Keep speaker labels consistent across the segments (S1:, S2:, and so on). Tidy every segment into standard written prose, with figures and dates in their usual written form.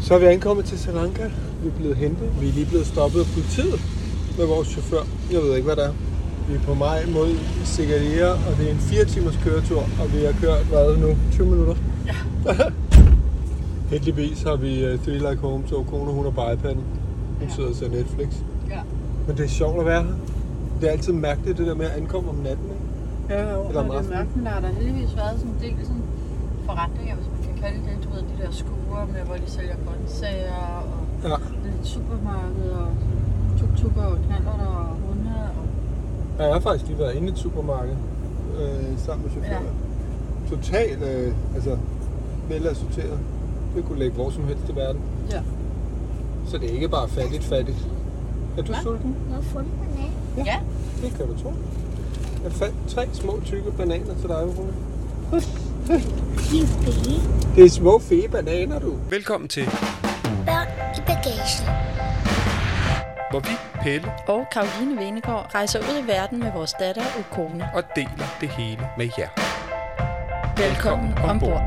S1: Så er vi ankommet til Sri Lanka. Vi er blevet hentet. Vi er lige blevet stoppet af politiet med vores chauffør. Jeg ved ikke, hvad det er. Vi er på vej mod Sigiriya, og det er en 4 timers køretur, og vi har kørt, hvad nu? 20 minutter?
S2: Ja.
S1: Heldigvis har vi Three Like Home, så kone, hun er på iPad'en. Hun sidder og ser Netflix.
S2: Ja.
S1: Men det er sjovt at være her. Det er altid mærkeligt, det der med at ankomme om natten, ikke?
S2: Ja,
S1: Eller
S2: det er mærkeligt. Der har der heldigvis været sådan en del sådan forretninger, hvis man kan kalde det. Du ved, de der skuer med, hvor de sælger grøntsager og lidt supermarked og tuk-tukker og knallerter og hunde. Og...
S1: Jeg har faktisk lige været inde i et supermarked sammen med chaufføren. Ja. Totalt, velassorteret. Det kunne lægge hvor som helst i verden.
S2: Ja.
S1: Så det er ikke bare fattigt. Er du sulten?
S3: Må jeg få en banan?
S2: Ja.
S1: Det kan du tro. Jeg fandt 3 små tykke bananer til dig, Rune. Det er små fede bananer, du. Velkommen til
S3: Børn i bagagen.
S1: hvor vi, Pelle
S4: og Caroline Venegård rejser ud i verden med vores datter Ukona.
S1: og deler det hele med jer.
S4: Velkommen ombord.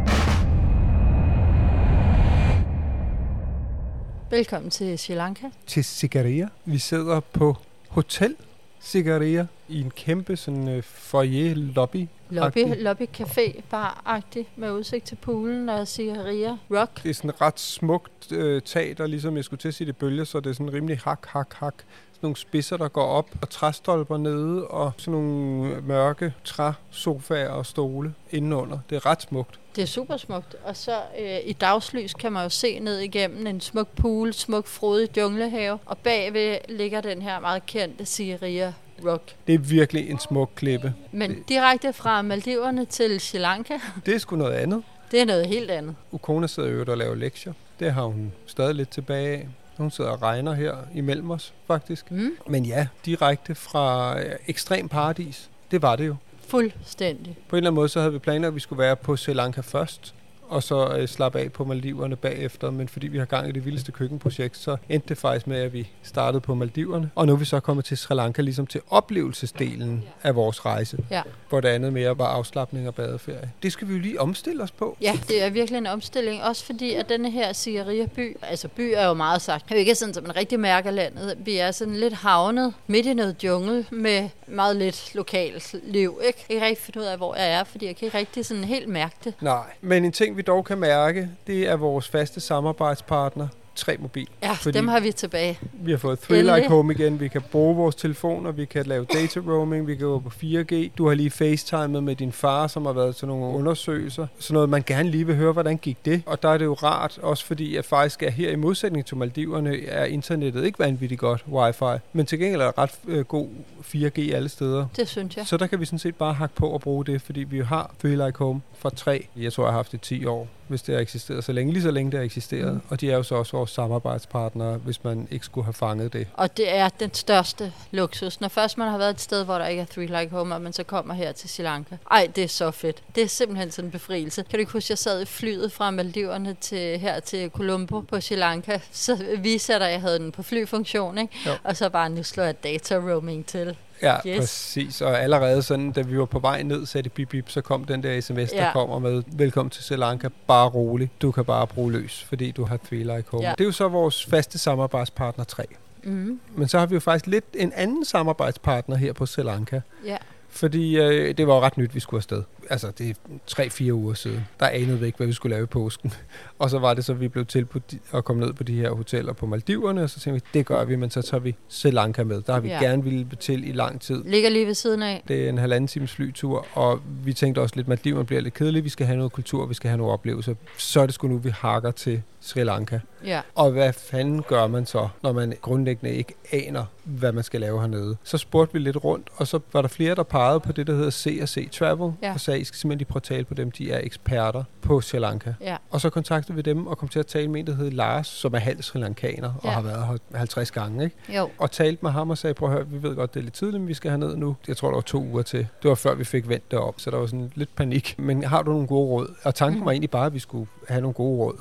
S4: Velkommen til Sri Lanka.
S1: Til Sigiriya. Vi sidder på Hotel Sigiriya i en kæmpe sådan foyer lobby.
S4: Lobby café bar-agtig med udsigt til poolen og Sigiriya Rock.
S1: Det er sådan et ret smukt tag, der ligesom, jeg skulle til at sige det bølger, så det er sådan rimelig hak. Sådan nogle spidser, der går op, og træstolper nede, og sådan nogle mørke træsofaer og stole indenunder. Det er ret smukt.
S4: Det er super smukt. Og så i dagslys kan man jo se ned igennem en smuk pool, smuk frodig junglehave. Og bagved ligger den her meget kendte Sigiriya Rock.
S1: Det er virkelig en smuk klippe.
S4: Men direkte fra Maldiverne til Sri Lanka,
S1: Det er sgu noget andet.
S4: det er noget helt andet.
S1: Ukona sidder jo og laver lektier. Det har hun stadig lidt tilbage af. Hun sidder og regner her imellem os, faktisk. Men ja, direkte fra ekstrem paradis. Det var det jo.
S4: Fuldstændig.
S1: På en eller anden måde, så havde vi planer, at vi skulle være på Sri Lanka først, og så slappe af på Maldiverne bagefter. Men fordi vi har gang i det vildeste køkkenprojekt, så endte det faktisk med, at vi startede på Maldiverne. Og nu er vi så kommet til Sri Lanka, ligesom til oplevelsesdelen af vores rejse.
S4: Ja.
S1: Hvor det andet mere var afslapning og badeferie. Det skal vi jo lige omstille os på.
S4: Ja, det er virkelig en omstilling. Også fordi, at denne her Sigiriya by, altså by er jo meget sagt, det er jo ikke sådan, som en rigtig mærker landet. Vi er sådan lidt havnet midt i noget jungle med meget lidt lokalt liv. Ikke rigtig finde ud af, hvor jeg er, fordi jeg kan ikke rigtig sådan helt mærke det.
S1: Nej, men en ting, vi dog kan mærke, det er vores faste samarbejdspartner, 3Mobil.
S4: Ja,
S1: Fordi
S4: dem har vi tilbage.
S1: vi har fået Three Like Home igen, vi kan bruge vores telefoner, vi kan lave data roaming, vi kan gå på 4G. Du har lige facetimet med din far, som har været til nogle undersøgelser. Så noget, man gerne lige vil høre, hvordan gik det. Og der er det jo rart, også fordi at faktisk er her i modsætning til Maldiverne, er internettet ikke vanvittigt godt wifi. Men til gengæld er der ret god 4G alle steder.
S4: Det synes jeg.
S1: Så der kan vi sådan set bare hakke på og bruge det, fordi vi har Three Like Home fra 3. Jeg tror, jeg har haft det 10 år, hvis det har eksisteret så længe. Lige så længe det har eksisteret. Og de er jo så også vores samarbejdspartnere, hvis man ikke skulle have fanget det.
S4: Og det er den største luksus. Når først man har været et sted, hvor der ikke er Three Like Home, og man så kommer her til Sri Lanka. Ej, det er så fedt. Det er simpelthen sådan en befrielse. Kan du ikke huske, jeg sad i flyet fra Maldiverne her til Colombo på Sri Lanka? Så viser der, at jeg havde den på flyfunktion, ikke?
S1: Jo.
S4: Og så bare nu slår jeg data roaming til.
S1: Ja,
S4: Yes.
S1: præcis. Og allerede sådan, da vi var på vej ned, sagde det bip, så kom den der sms, der kommer med, velkommen til Sri Lanka, bare rolig. Du kan bare bruge løs, fordi du har Three Like Home.
S4: Ja.
S1: Det er jo så vores faste samarbejdspartner 3.
S4: Mm.
S1: Men så har vi jo faktisk lidt en anden samarbejdspartner her på Sri Lanka.
S4: Ja.
S1: Fordi det var jo ret nyt, vi skulle afsted. Altså, det er 3-4 uger siden. Der anede vi ikke, hvad vi skulle lave i påsken. Og så var det så, vi blev tilbudt at komme ned på de her hoteller på Maldiverne, og så tænkte vi, det gør vi, men så tager vi Sri Lanka med. Der har vi gerne ville til i lang tid.
S4: Ligger lige ved siden af.
S1: Det er en 1,5 times flytur, og vi tænkte også lidt, at Maldiverne bliver lidt kedeligt. Vi skal have noget kultur, vi skal have nogle oplevelser. Så er det sgu nu, vi hakker til Sri Lanka.
S4: Ja.
S1: Og hvad fanden gør man så, når man grundlæggende ikke aner, hvad man skal lave hernede? Så spurgte vi lidt rundt, og så var der flere, der pegede på det, der hedder C&C Travel, og sagde, I skal simpelthen lige prøve at tale på dem, de er eksperter på Sri Lanka.
S4: Ja.
S1: Og så kontaktede vi dem og kom til at tale med en, der hedder Lars, som er halv sri lankaner og har været her 50 gange. Ikke?
S4: Jo.
S1: Og talte med ham og sagde, prøv at høre, vi ved godt, det er lidt tidligt, men vi skal herned nu. Jeg tror, der var 2 uger til. Det var før vi fik vendt det op, så der var sådan lidt panik. Men har du nogle gode råd? Og tanken var egentlig bare, at vi skulle have nogle gode råd.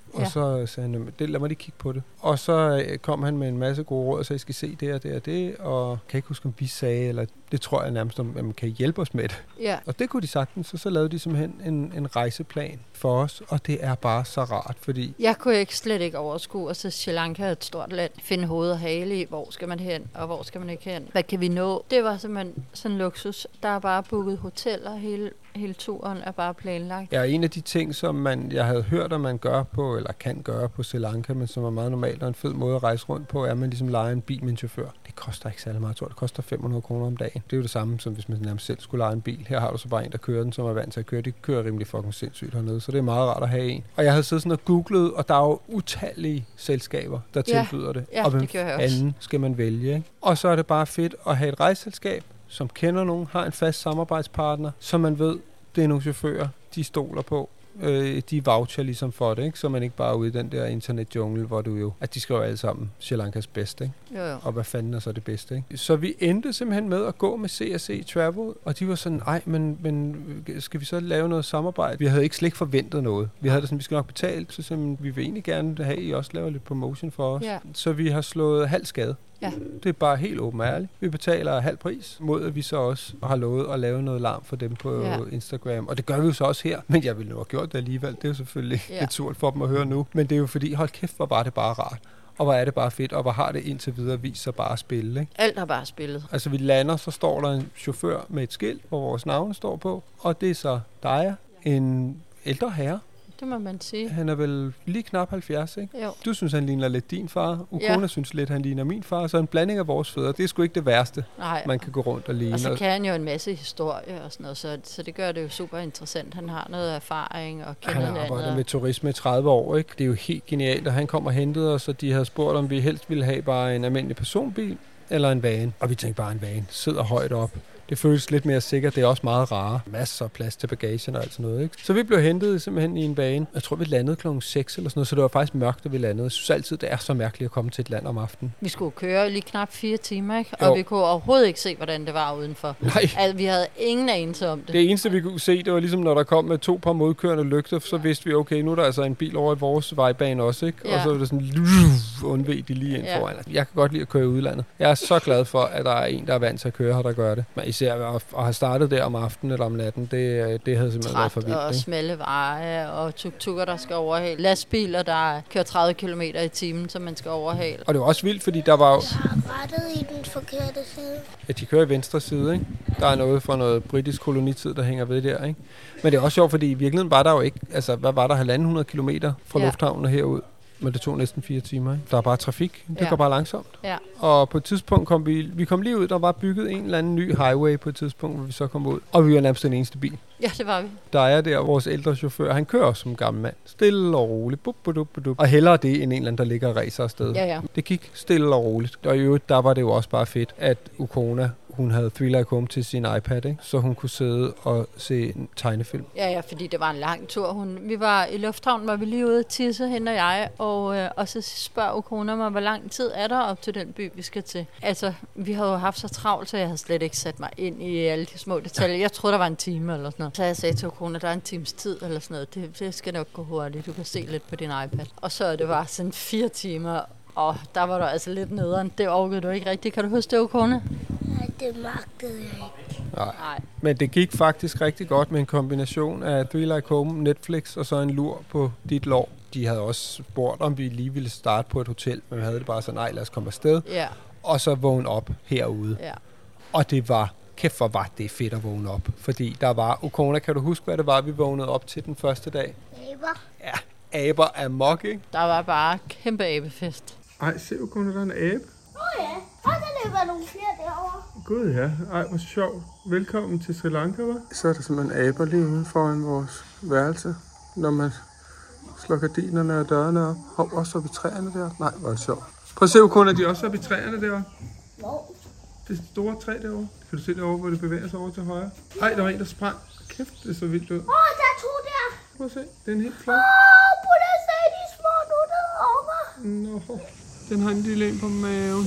S1: Og så sagde han, lad mig lige kigge på det. Og så kom han med en masse gode råd, og sagde, I skal se det og det og det, og kan ikke huske, om vi sagde, eller det tror jeg nærmest, om man kan hjælpe os med det.
S4: Ja.
S1: Og det kunne de sagtens, og så lavede de simpelthen en rejseplan for os, og det er bare så rart, fordi...
S4: Jeg kunne slet ikke overskue, og så Sri Lanka er et stort land. Finde hoved og hale i, hvor skal man hen, og hvor skal man ikke hen. Hvad kan vi nå? Det var simpelthen sådan luksus. Der er bare booket hoteller, hele turen er bare planlagt.
S1: Ja, en af de ting, som jeg havde hørt, at man gør på, eller kan gøre på Sri Lanka, men som er meget normalt og en fed måde at rejse rundt på, er, at man ligesom lejer en bil med en chauffør. Det koster ikke særlig meget, jeg tror, det koster 500 kroner om dagen. Det er jo det samme, som hvis man nærmest selv skulle lege en bil. Her har du så bare en, der kører den, som er vant til at køre. De kører rimelig fucking sindssygt hernede, så det er meget rart at have en. Og jeg havde siddet sådan og googlet, og der er jo utallige selskaber, der tilbyder det.
S4: Ja,
S1: og hvem
S4: det gør jeg også.
S1: anden skal man vælge, ikke? Og så er det bare fedt at have et rejseselskab, som kender nogen, har en fast samarbejdspartner, som man ved, det er nogle chauffører, de stoler på. De voucher ligesom for det, ikke? Så man ikke bare er ude i den der internetjungle, hvor du jo, at de skriver alle sammen Sri Lankas bedste, ikke?
S4: Jo.
S1: Og hvad fanden er så det bedste, ikke? Så vi endte simpelthen med at gå med CSC Travel, og de var sådan, men skal vi så lave noget samarbejde? Vi havde ikke slet forventet noget. Vi havde det sådan, vi skal nok betale, så simpelthen, vi vil egentlig gerne have, at I også laver lidt promotion for os.
S4: Ja.
S1: Så vi har slået halv skade.
S4: Ja.
S1: Det er bare helt åben ærligt. Vi betaler halv pris, mod at vi så også har lovet at lave noget larm for dem på Instagram. Og det gør vi jo så også her. Men jeg ville nu have gjort det alligevel. Det er jo selvfølgelig lidt surt for dem at høre nu. Men det er jo fordi, hold kæft, hvor var det bare rart. Og hvor er det bare fedt, og hvor har det indtil videre vist sig bare at spille, ikke?
S4: Alt har bare spillet.
S1: Altså vi lander, så står der en chauffør med et skilt, hvor vores navne står på. Og det er så dig, en ældre herre.
S4: Det må man sige.
S1: Han er vel lige knap 70, ikke?
S4: Jo.
S1: Du synes, han ligner lidt din far. Ukona synes lidt, han ligner min far. Så en blanding af vores fædre, det er sgu ikke det værste, man kan gå rundt og ligne.
S4: Og så kan han jo en masse historie og sådan noget, så det gør det jo super interessant. Han har noget erfaring og kender landet.
S1: Han har arbejdet med turisme i 30 år, ikke? Det er jo helt genialt, og han kom og hentede os, og de havde spurgt, om vi helst ville have bare en almindelig personbil eller en van. Og vi tænkte bare en van. Sidder højt op. Det føles lidt mere sikkert. Det er også meget rare. Masser af plads til bagagen og alt sådan noget, ikke? Så vi blev hentet simpelthen i en van. Jeg tror, vi landede klokken 6 eller sådan noget, så det var faktisk mørkt, da vi landede. Jeg synes altid, det er så mærkeligt at komme til et land om aftenen. Vi
S4: skulle køre lige knap 4 timer, ikke? Og vi kunne overhovedet ikke se, hvordan det var udenfor.
S1: Nej.
S4: Altså, vi havde ingen anelse om det.
S1: Det eneste, vi kunne se, det var ligesom, når der kom med 2 par modkørende lygter, så vidste vi, okay, nu er der altså en bil over i vores vejbane også, ikke? Ja. Og så var det sådan, undved de lige ind foran. Jeg kan godt lide at køre i udlandet. Jeg er så glad for, at der er en, der er vant til at køre her, der gør det. Men især at have startet der om aftenen eller om natten, det havde simpelthen været for vildt.
S4: Og smalle veje, og tuk-tukker, der skal overhale. Lastbiler, der kører 30 km i timen, som man skal overhale.
S1: Og det var også vildt, fordi der var jo...
S3: Jeg har rettet i den forkerte side.
S1: Ja, de kører i venstre side, ikke? Der er noget fra noget britisk kolonitid, der hænger ved der, ikke? Men det er også sjovt, fordi i virkeligheden var der jo ikke... Altså, hvad var der? 1.500 kilometer fra lufthavnen og herud? Men det tog næsten 4 timer, ikke? Der er bare trafik. Det går bare langsomt.
S4: Ja.
S1: Og på et tidspunkt kom vi kom lige ud, der var bygget en eller anden ny highway på et tidspunkt, hvor vi så kom ud. Og vi var nærmest den eneste bil.
S4: Ja, det var vi.
S1: Der er der vores ældre chauffør. Han kører også som gammel mand. Stille og roligt. Bup, bup, bup, bup. Og hellere det, end en eller anden, der ligger og racer afsted.
S4: Ja.
S1: Det gik stille og roligt. Og i øvrigt, der var det jo også bare fedt, at Ukona, hun havde Three Like Home til sin iPad, ikke? Så hun kunne sidde og se en tegnefilm.
S4: Ja, fordi det var en lang tur. Vi var i lufthavnen, var vi lige ude at tisse, hende og jeg, og så spørger Ukona mig, hvor lang tid er der op til den by, vi skal til. Altså, vi havde jo haft så travlt, så jeg havde slet ikke sat mig ind i alle de små detaljer. Jeg troede, der var en time eller sådan noget. Så jeg sagde til Ukona, der er en times tid eller sådan noget. Det skal nok gå hurtigt. Du kan se lidt på din iPad. Og så det var sådan 4 timer, og der var du altså lidt nederen. Det orkede du ikke rigtigt. Kan du huske det, Ukona?
S3: Nej, det magtede jeg ikke.
S1: Nej. Men det gik faktisk rigtig godt med en kombination af Three Like Home, Netflix og så en lur på dit lår. De havde også spurgt, om vi lige ville starte på et hotel, men vi havde det bare så, nej, lad os komme afsted.
S4: Ja.
S1: Og så vågne op herude.
S4: Ja.
S1: Og det var, kæft hvor var det fedt at vågne op. Fordi der var, Ukona, kan du huske, hvad det var, vi vågnede op til den første dag?
S3: Aber.
S1: Ja, aber er mok, ikke?
S4: Der var bare kæmpe abefest.
S1: Ej, se Ukona, der er en abe.
S3: Ja, og der løber nogle flere derovre.
S1: Gud ja, ej hvor sjovt. Velkommen til Sri Lanka, hva'? Så er der simpelthen aber lige ude foran vores værelse, når man slår gardinerne og dørene op. Hov, også oppe i træerne der. Nej, hvor er det sjovt. Prøv at se, Ukona, de er også oppe i træerne derovre.
S3: Hvor?
S1: Det store træ derovre. Kan du se derovre, hvor det bevæger sig over til højre? Ej, der var en, der sprang. Kæft, det er så vildt ud.
S3: Der er 2 der.
S1: Prøv at se, det er en helt flot.
S3: Prøv at se de små nutter over.
S1: Nå, den har en lille en på maven.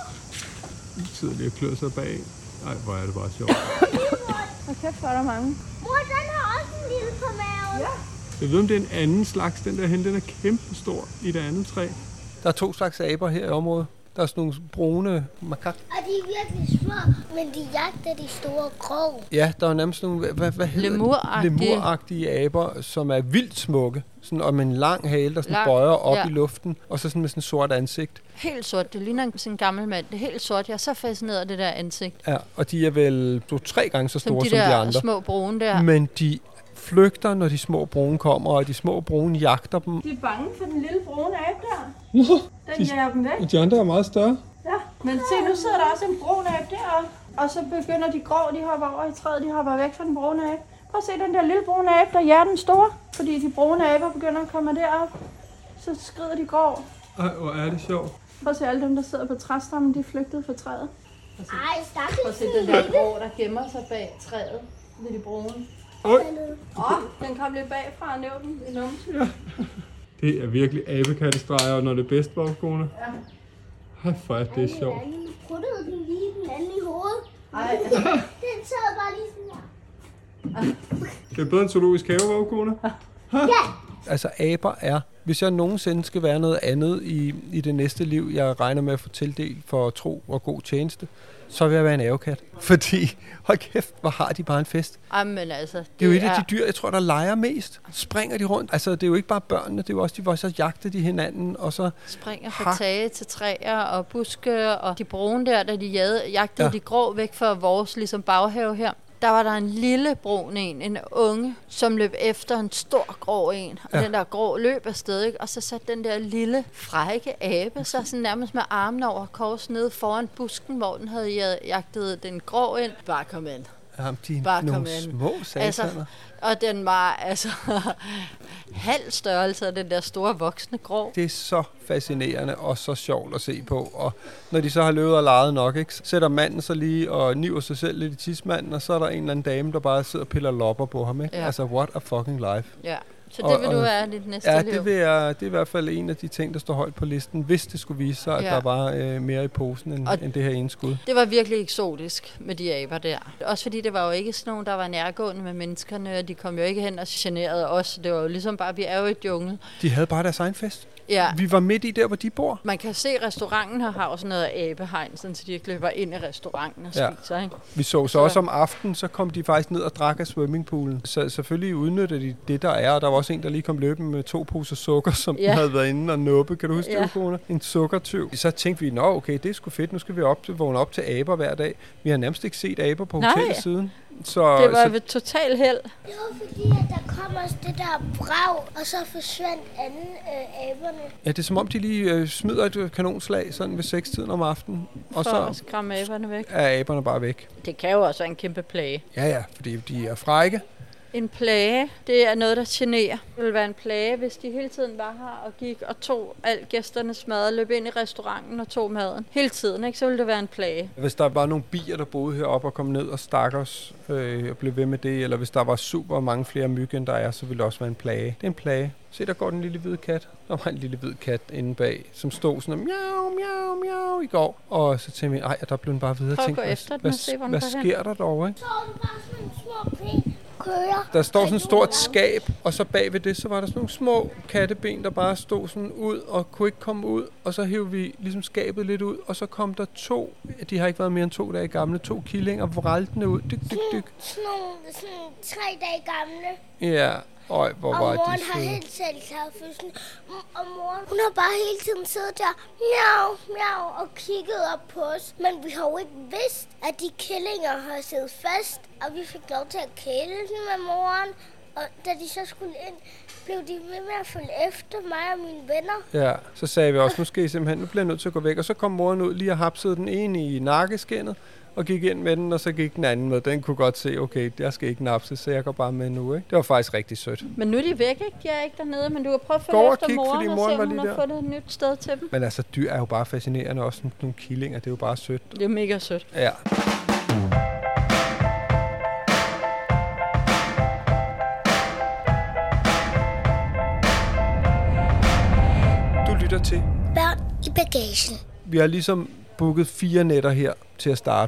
S1: Den sidder lige og klør sig bag. Ej, hvor er det bare sjovt.
S4: Og kæft, hvor er der mange.
S3: Mor, den har også en lille på maven. Ja.
S1: Jeg ved, om det er en anden slags. Den der hen, den er kæmpestor i det andet træ. Der er 2 slags aber her i området. Der er sådan nogle brune makak.
S3: Og de er virkelig små, men de jagter de store grå.
S1: Ja, der er nærmest nogle, hvad hedder lemuragtige aber, som er vildt smukke. Sådan, og med en lang hale, der sådan bøjer op i luften, og så sådan med sådan et sort ansigt.
S4: Helt sort. Det ligner sådan en gammel mand. Det er helt sort. Jeg er så fascineret af det der ansigt.
S1: Ja, og de er vel 2-3 gange så store som de andre.
S4: De små brune der.
S1: Men de flygter, når de små brune kommer, og de små brune jagter dem.
S2: De er bange for den lille brune abe der. Den jager dem væk.
S1: De andre er meget større.
S2: Ja, men se, nu sidder der også en brun abe deroppe. Og så begynder de grå, de hopper over i træet, de hopper væk fra den brune abe. Prøv at se den der lille brune abe, der jager den store. Fordi de brune aber begynder at komme derop. Så skrider de grå.
S1: Ej, hvor er det sjovt.
S2: Prøv at se alle dem, der sidder på træstammen, de er flygtet fra træet.
S3: Ej, stakkels.
S4: Prøv at se den der grå, der gemmer sig bag træet. Det er de brune. Den kom lidt bagfra og nævnte den i numsen.
S1: Ja. Det er virkelig abekattestreger, når det er bedst, Vovkone.
S2: Ja.
S1: Hej, for det er sjovt.
S3: Jeg pruttede den lige den anden i hovedet.
S4: Ej.
S3: Den sad bare lige sådan her.
S1: Det er bedre en zoologisk have, Vovkone.
S3: Ja.
S1: Altså, aber er, hvis jeg nogensinde skal være noget andet i det næste liv, jeg regner med at få tildelt for tro og god tjeneste, så vil jeg være en abekat. Fordi, hold kæft, hvor har de bare en fest.
S4: Jamen altså.
S1: Det er jo et af de dyr, jeg tror, der leger mest. Springer de rundt. Altså, det er jo ikke bare børnene, det er jo også de, hvor så jagter de hinanden, og så
S4: springer fra tage til træer og buske, og de brune der, da de jagtede de grå væk fra vores ligesom baghave her. Der var der en lille brun en unge, som løb efter en stor grå en. Og den der grå løb afsted, ikke? Og så satte den der lille, frække abe så sådan nærmest med armen over kors nede foran busken, hvor den havde jagtet den grå ind. Bare kom ind.
S1: Jamen, de er nogle små sataner.
S4: Altså, og den var altså halv størrelse af den der store voksne grå.
S1: Det er så fascinerende og så sjovt at se på. Og når de så har løbet og leget nok, ikke, sætter manden så lige og niver sig selv lidt i tidsmanden, og så er der en eller anden dame, der bare sidder og piller lopper på ham. Ikke? Ja. Altså, what a fucking life.
S4: Ja. Så det vil du være dit næste liv?
S1: Ja, det er i hvert fald en af de ting, der står højt på listen, hvis det skulle vise sig, at der var mere i posen end det her ene skud.
S4: Det var virkelig eksotisk med de aber der. Også fordi det var jo ikke sådan nogen, der var nærgående med menneskerne, og de kom jo ikke hen og generede os. Det var jo ligesom bare, vi er jo i et jungle.
S1: De havde bare deres egen fest.
S4: Ja.
S1: Vi var midt i der, hvor de bor.
S4: Man kan se, at restauranten her har også noget abehegn, sådan, så de ikke løber ind i restauranten og spiser. Ikke?
S1: Vi så også om aftenen, så kom de faktisk ned og drak af swimmingpoolen. Så selvfølgelig udnytter de det, der er. Og der var også en, der lige kom løbende med 2 poser sukker, som den havde været inde og nuppe. Kan du huske det, Kone? En sukkertyv. Så tænkte vi, nå okay, det er sgu fedt. Nu skal vi vågne op til aber hver dag. Vi har nærmest ikke set aber på hotellet siden. Så,
S4: det var et total held.
S3: Det var fordi, at der kom også det der brag, og så forsvandt anden aberne.
S1: Ja, det er som om, de lige smider et kanonslag sådan ved 6-tiden om aftenen. Og
S4: for
S1: så
S4: at skræmme aberne væk.
S1: Er aberne bare væk.
S4: Det kan jo også være en kæmpe plage.
S1: Ja, fordi de er frække.
S4: En plage, det er noget, der generer. Det ville være en plage, hvis de hele tiden var her og gik og tog alt gæsternes mad, løb ind i restauranten og tog maden. Hele tiden, ikke? Så ville det være en plage.
S1: Hvis der var nogle bier, der boede heroppe og kom ned og stak os og blev ved med det, eller hvis der var super mange flere myg, end der er, så ville det også være en plage. Det er en plage. Se, der går den lille hvide kat. Der var en lille hvid kat inde bag, som stod sådan og miau, miau, miau i går. Og så tænkte jeg, der blev den bare videre.
S4: Prøv at gå efter den og se, hvor den
S1: hvad sker der derovre, ikke?
S3: Så var det bare sådan en små ben. Kører.
S1: Der står sådan et stort skab, og så bag ved det, så var der sådan nogle små katteben, der bare stod sådan ud og kunne ikke komme ud. Og så hævde vi ligesom skabet lidt ud, og så kom der 2, de har ikke været mere end 2 dage gamle, 2 killinger vraltende ud. Dyk.
S3: Sådan 3 dage gamle.
S1: Ja. Hvor var
S3: og moren
S1: de
S3: har helt selv taget fødslen. Og moren, hun har bare hele tiden siddet der, miau, og kigget op på os. Men vi har jo ikke vidst, at de killinger har siddet fast, og vi fik lov til at kæle dem med moren. Og da de så skulle ind, blev de ved med at følge efter mig og mine venner. Ja,
S1: så sagde vi også, nu bliver jeg nødt til at gå væk. Og så kom moren ud lige og hapsede den ene i nakkeskindet, og gik ind med den, og så gik den anden med. Den kunne godt se, okay, jeg skal ikke napse, så jeg går bare med nu, ikke? Det var faktisk rigtig sødt.
S4: Men nu er de væk, ikke? De er ikke dernede, men du kan prøve at følge efter moren og se, om hun har fundet et nyt sted til dem.
S1: Men altså, dyr er jo bare fascinerende, også nogle killinger, det er jo bare sødt.
S4: Det er mega sødt.
S1: Ja. Du lytter til
S3: Børn i bagagen.
S1: Vi har ligesom booket 4 nætter her til at starte med.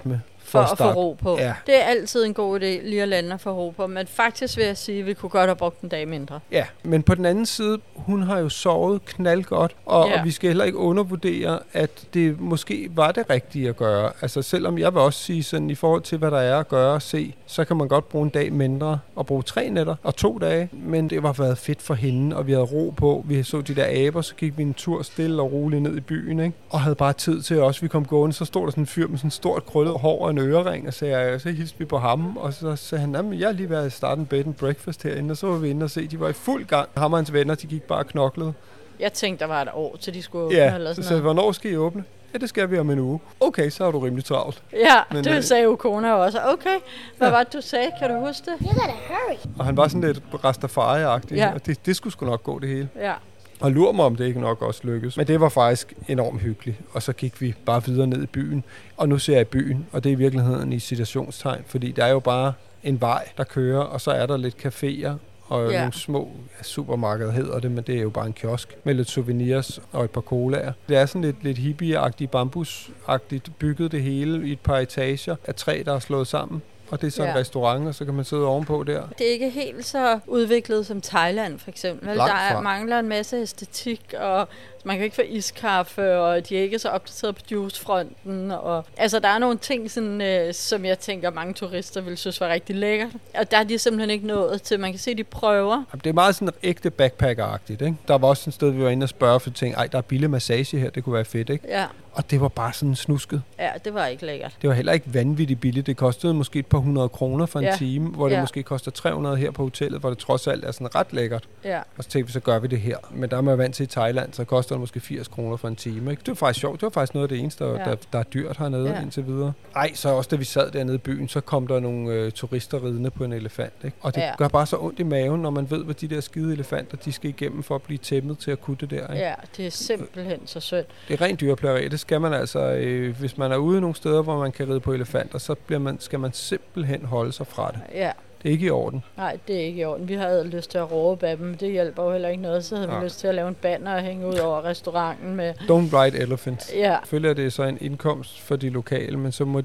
S4: for at få ro på.
S1: Ja.
S4: Det er altid en god idé lige at lande og få ro på, men faktisk vil jeg sige, at vi kunne godt have brugt en dag mindre.
S1: Ja, men på den anden side, hun har jo sovet knaldgodt, og vi skal heller ikke undervurdere, at det måske var det rigtige at gøre. Altså selvom jeg vil også sige sådan, i forhold til, hvad der er at gøre og se, så kan man godt bruge en dag mindre og bruge 3 nætter og 2 dage, men det var været fedt for hende, og vi havde ro på. Vi så de der aber, så gik vi en tur stille og roligt ned i byen, ikke? Og havde bare tid til os. Vi kom gående, så stod der sådan en fyr med sådan en stort krøllet hår og en ørering, og så hilste vi på ham, og så sagde han, jamen jeg har lige været i starten bed and breakfast herinde, og så var vi inde og se, de var i fuld gang. Ham og hans venner, de gik bare og knoklede.
S4: Jeg tænkte, der var et år, til de skulle åbne.
S1: Ja,
S4: eller sådan
S1: så sagde, hvornår skal I åbne? Ja, det skal vi om en uge. Okay, så er du rimelig travlt.
S4: Ja, men, det sagde jo kona også. Okay, hvad var det, du sagde? Kan du huske det?
S3: You gotta hurry.
S1: Og han var sådan lidt Rastafari-agtig, og det skulle sgu nok gå det hele.
S4: Ja.
S1: Og lurer mig, om det ikke nok også lykkedes. Men det var faktisk enormt hyggeligt. Og så gik vi bare videre ned i byen. Og nu ser jeg byen, og det er i virkeligheden i citationstegn, fordi der er jo bare en vej, der kører, og så er der lidt caféer, og nogle små supermarkeder hedder det, men det er jo bare en kiosk med lidt souvenirs og et par colaer. Det er sådan lidt hippie-agtigt, bambus-agtigt bygget det hele i et par etager af træ, der er slået sammen. Og det er så en restaurant, og så kan man sidde ovenpå der.
S4: Det er ikke helt så udviklet som Thailand, for eksempel. Der mangler en masse æstetik, og man kan ikke få iskaffe, og de er ikke så opdateret på juicefronten. Og, altså, der er nogle ting, sådan, som jeg tænker, mange turister vil synes var rigtig lækkert. Og der er de simpelthen ikke nået til. Man kan se, de prøver.
S1: Det er meget sådan ægte backpacker-agtigt, ikke? Der var også et sted, vi var inde og spørge, for tænkte, der er billig massage her, det kunne være fedt, ikke?
S4: Ja.
S1: Og det var bare sådan snusket.
S4: Ja, det var ikke lækkert.
S1: Det var heller ikke vanvittigt billigt. Det kostede måske et par 100 kroner for en time, hvor det måske koster 300 her på hotellet, hvor det trods alt er sådan ret lækkert.
S4: Ja.
S1: Og så tænkte vi, så gør vi det her. Men der er man vant til i Thailand, så koster det måske 80 kroner for en time, ikke? Det var faktisk sjovt. Det var faktisk noget af det eneste, der er dyrt hernede indtil videre. Så også da vi sad dernede i byen, så kom der nogle turister ridende på en elefant, ikke? Og det gør bare så ondt i maven, når man ved, hvad de der skide elefanter, de skal igennem for at blive tæmmet til at kutte der, ikke?
S4: Ja, det er simpelthen så synd.
S1: Det er rent dyrplageri. Det skal man altså, hvis man er ude nogle steder, hvor man kan ride på elefanter, så skal man simpelthen holde sig fra det.
S4: Ja.
S1: Det er ikke i orden.
S4: Nej, det er ikke i orden. Vi havde lyst til at råbe af dem, men det hjælper jo heller ikke noget. Så havde vi lyst til at lave en banner og hænge ud over restauranten med...
S1: Don't ride elephants.
S4: Ja.
S1: Selvfølgelig er det så en indkomst for de lokale, men så må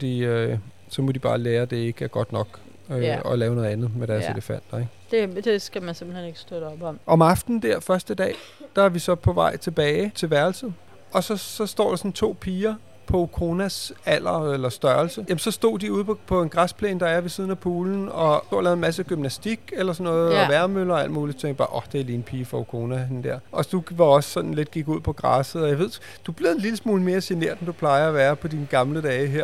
S1: de bare lære, at det ikke er godt nok at lave noget andet med deres elefanter, ikke?
S4: Det skal man simpelthen ikke støtte op om.
S1: Om aftenen der, første dag, der er vi så på vej tilbage til værelset. Og så står der sådan 2 piger på Konas alder eller størrelse. Jamen, så stod de ude på en græsplæne, der er ved siden af poolen, og lavede en masse gymnastik eller sådan noget, og værmøller og alt muligt. Så jeg bare, det er lige en pige for Kona, hende der. Og du var også sådan lidt gik ud på græsset, og jeg ved, du blev en lille smule mere genert, end du plejer at være på dine gamle dage her.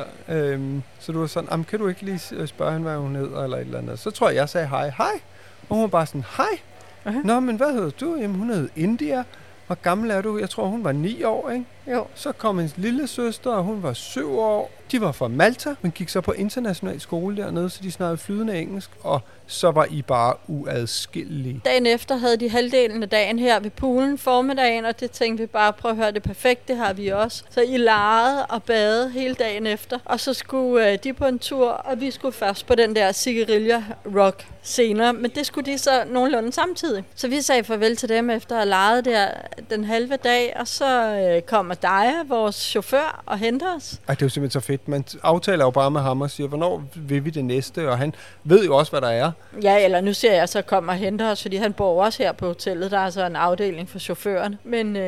S1: Så du var sådan, kan du ikke lige spørge hende, hvad hun hedder, eller et eller andet. Så tror jeg sagde hej. Og hun var bare sådan, hej. Nå, men hvad hedder du? Jamen, hun hed India. Hvor gammel er du? Jeg tror, hun var 9 år, ikke?
S4: Jo.
S1: Så kom hendes lille søster, og hun var 7 år. De var fra Malta, men gik så på international skole dernede, så de snakkede flydende engelsk, og så var I bare uadskillelige.
S4: Dagen efter havde de halvdelen af dagen her ved poolen formiddagen, og det tænkte vi bare, prøv at høre, det perfekt, det har vi også. Så I legede og badede hele dagen efter, og så skulle de på en tur, og vi skulle først på den der Sigiriya Rock senere, men det skulle de så nogenlunde samtidig. Så vi sagde farvel til dem efter at have leget der den halve dag, og så kommer Daja, vores chauffør, og henter os.
S1: Det er jo simpelthen så fedt. Man aftaler jo bare med ham og siger, hvornår vil vi det næste, og han ved jo også, hvad der er.
S4: Ja, eller nu ser jeg så kommer og henter os, fordi han bor også her på hotellet. Der er så en afdeling for chaufføren. Men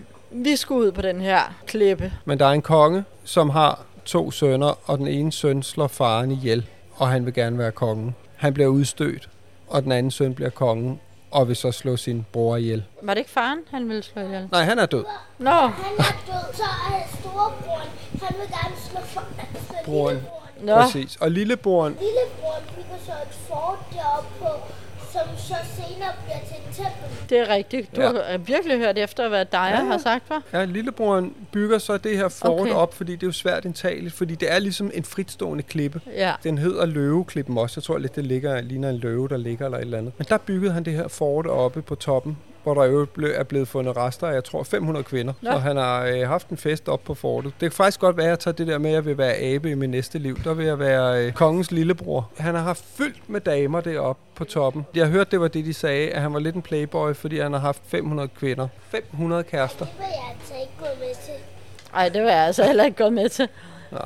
S4: vi skulle ud på den her klippe.
S1: Men der er en konge, som har 2 sønner, og den ene søn slår faren ihjel, og han vil gerne være kongen. Han bliver udstødt, og den anden søn bliver kongen, og vil så slå sin bror ihjel.
S4: Var det ikke faren, han ville slå ihjel?
S1: Nej, han er død.
S4: Nå.
S3: Han er død, så er storebroren, han vil gerne slå
S1: broren.
S4: Nå.
S1: Præcis. Og lillebroren
S3: bygger så et fort deroppe på, som så senere bliver til et tempel.
S4: Det er rigtigt. Du har virkelig hørt efter, hvad Daja har sagt, hva'?
S1: Ja, lillebroren bygger så det her fort op, fordi det er jo svært indtageligt, fordi det er ligesom en fritstående klippe.
S4: Ja.
S1: Den hedder Løveklippen også. Jeg tror lidt, det ligner en løve, der ligger eller et eller andet. Men der byggede han det her fort oppe på toppen, hvor der jo er blevet fundet rester af, jeg tror, 500 kvinder. Ja. Så han har haft en fest op på fortet. Det kan faktisk godt være, at jeg tager det der med, at jeg vil være abe i min næste liv. Der vil jeg være kongens lillebror. Han har haft fyldt med damer deroppe på toppen. Jeg har hørt, det var det, de sagde, at han var lidt en playboy, fordi han har haft 500 kvinder. 500 kærester.
S3: Det var jeg altså ikke gået med til.
S4: Nej, det var jeg altså heller ikke gået med til.
S1: Nej.